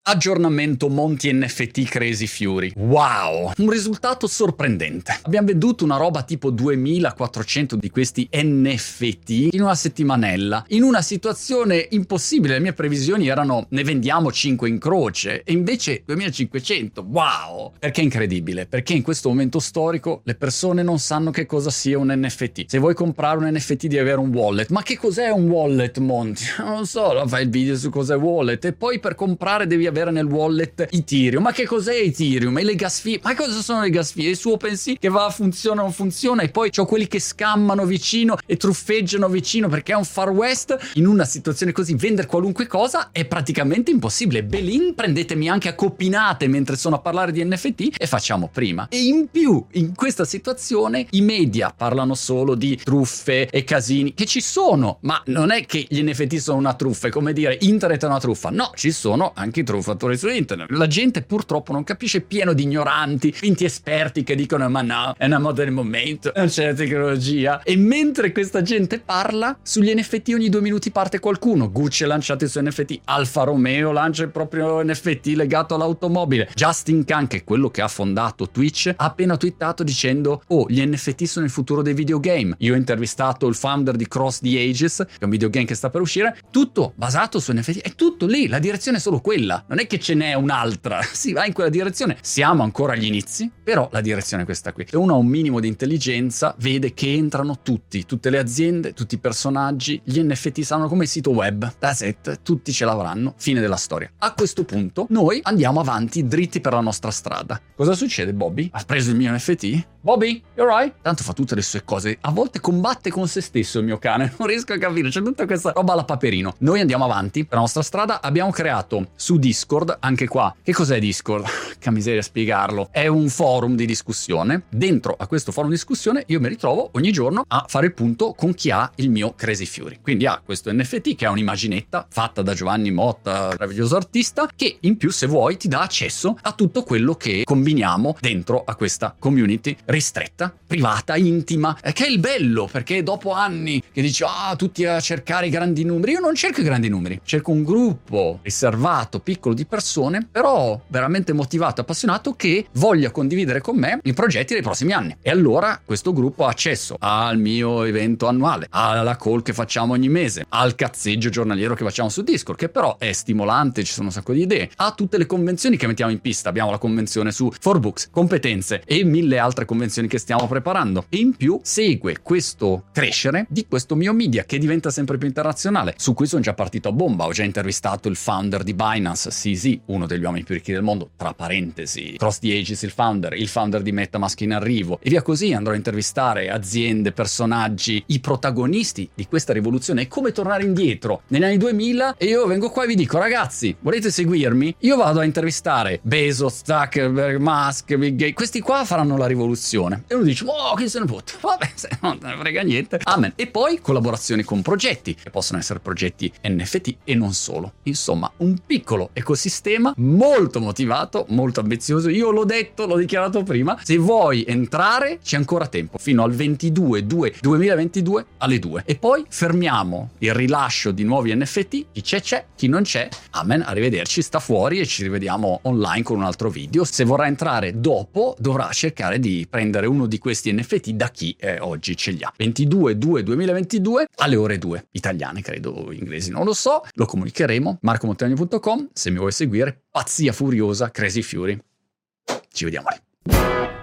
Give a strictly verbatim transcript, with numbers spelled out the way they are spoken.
Aggiornamento Monti N F T Crazy Fury. Wow! Un risultato sorprendente. Abbiamo venduto una roba tipo duemilaquattrocento di questi N F T in una settimanella, in una situazione impossibile. Le mie previsioni erano ne vendiamo cinque in croce e invece duemilacinquecento. Wow! Perché è incredibile? Perché in questo momento storico le persone non sanno che cosa sia un N F T. Se vuoi comprare un N F T devi avere un wallet. Ma che cos'è un wallet, Monti? Non so, fai il video su cos'è wallet e poi per comprare devi avere nel wallet Ethereum. Ma che cos'è Ethereum? E le gas fee? Ma cosa sono le gas fee? Il suo pensi che va, funziona o non funziona, e poi c'ho quelli che scammano vicino e truffeggiano vicino perché è un far west. In una situazione così vendere qualunque cosa è praticamente impossibile. Belin, prendetemi anche a copinate mentre sono a parlare di N F T e facciamo prima. E in più in questa situazione i media parlano solo di truffe e casini, che ci sono, ma non è che gli N F T sono una truffa, è come dire internet è una truffa. No, ci sono anche i truffatori su internet. La gente purtroppo non capisce, pieno di ignoranti, finti esperti che dicono ma no, è una moda del momento, non c'è la tecnologia. E mentre questa gente parla, sugli N F T ogni due minuti parte qualcuno. Gucci ha lanciato il suo N F T, Alfa Romeo lancia il proprio N F T legato all'automobile, Justin Kan, che è quello che ha fondato Twitch, ha appena twittato dicendo oh, gli N F T sono il futuro dei videogame. Io ho intervistato il founder di Cross the Ages, che è un videogame che sta per uscire, tutto basato su N F T, è tutto lì, la direzione è solo quella, non è che ce n'è un'altra, si va in quella direzione. Siamo ancora agli inizi, però la direzione è questa qui. Se uno ha un minimo di intelligenza vede che entrano tutti, tutte le aziende, tutti i personaggi, gli N F T saranno come il sito web, that's it, tutti ce l'avranno, fine della storia. A questo punto noi andiamo avanti dritti per la nostra strada. Cosa succede, Bobby? Ha preso il mio N F T? Bobby, you alright? Tanto fa tutte le sue cose, a volte combatte con se stesso il mio cane, non riesco a capire, c'è tutta questa roba alla Paperino. Noi andiamo avanti per la nostra strada, abbiamo creato su Discord, anche qua, che cos'è Discord? Che miseria spiegarlo, è un forum di discussione. Dentro a questo forum di discussione io mi ritrovo ogni giorno a fare il punto con chi ha il mio Crazy Fury, quindi ha questo N F T che è un'immaginetta fatta da Giovanni Motta, meraviglioso artista, che in più se vuoi ti dà accesso a tutto quello che combiniamo dentro a questa community ristretta, privata, intima, che è il bello, perché dopo anni che dici ah tutti a cercare i grandi numeri, io non cerco i grandi numeri, cerco un gruppo riservato, piccolo di persone, però veramente motivato, appassionato, che voglia condividere con me i progetti dei prossimi anni. E allora questo gruppo ha accesso al mio evento annuale, alla call che facciamo ogni mese, al cazzeggio giornaliero che facciamo su Discord, che però è stimolante, ci sono un sacco di idee, a tutte le convenzioni che mettiamo in pista. Abbiamo la convenzione su four books, competenze e mille altre convenzioni che stiamo preparando, e in più segue questo crescere di questo mio media che diventa sempre più internazionale, su cui sono già partito a bomba. Ho già intervistato il founder di Binance, C Z, uno degli uomini più ricchi del mondo, tra parentesi, Cross the Ages il founder, il founder di MetaMask in arrivo, e via così. Andrò a intervistare aziende, personaggi, i protagonisti di questa rivoluzione. È come tornare indietro negli anni duemila e io vengo qua e vi dico ragazzi, volete seguirmi? Io vado a intervistare Bezos, Zuckerberg, Musk, Bill Gates, questi qua faranno la rivoluzione. E uno dice oh, chi se ne fotte? Vabbè, se non te ne frega niente, amen. E poi collaborazioni con progetti, che possono essere progetti N F T e non solo. Insomma, un piccolo ecosistema molto motivato, molto ambizioso. Io l'ho detto, l'ho dichiarato prima, se vuoi entrare c'è ancora tempo, fino al ventidue due duemilaventidue alle due, e poi fermiamo il rilascio di nuovi N F T. Chi c'è c'è, chi non c'è, amen, arrivederci, sta fuori e ci rivediamo online con un altro video. Se vorrà entrare dopo dovrà cercare di prendere uno di questi N F T da chi eh, oggi ce li ha. ventidue due duemilaventidue alle ore due, italiane credo, inglesi non lo so, lo comunicheremo. marco montemagno punto com se mi vuoi seguire. Pazzia furiosa Crazy Fury, ci vediamo lì.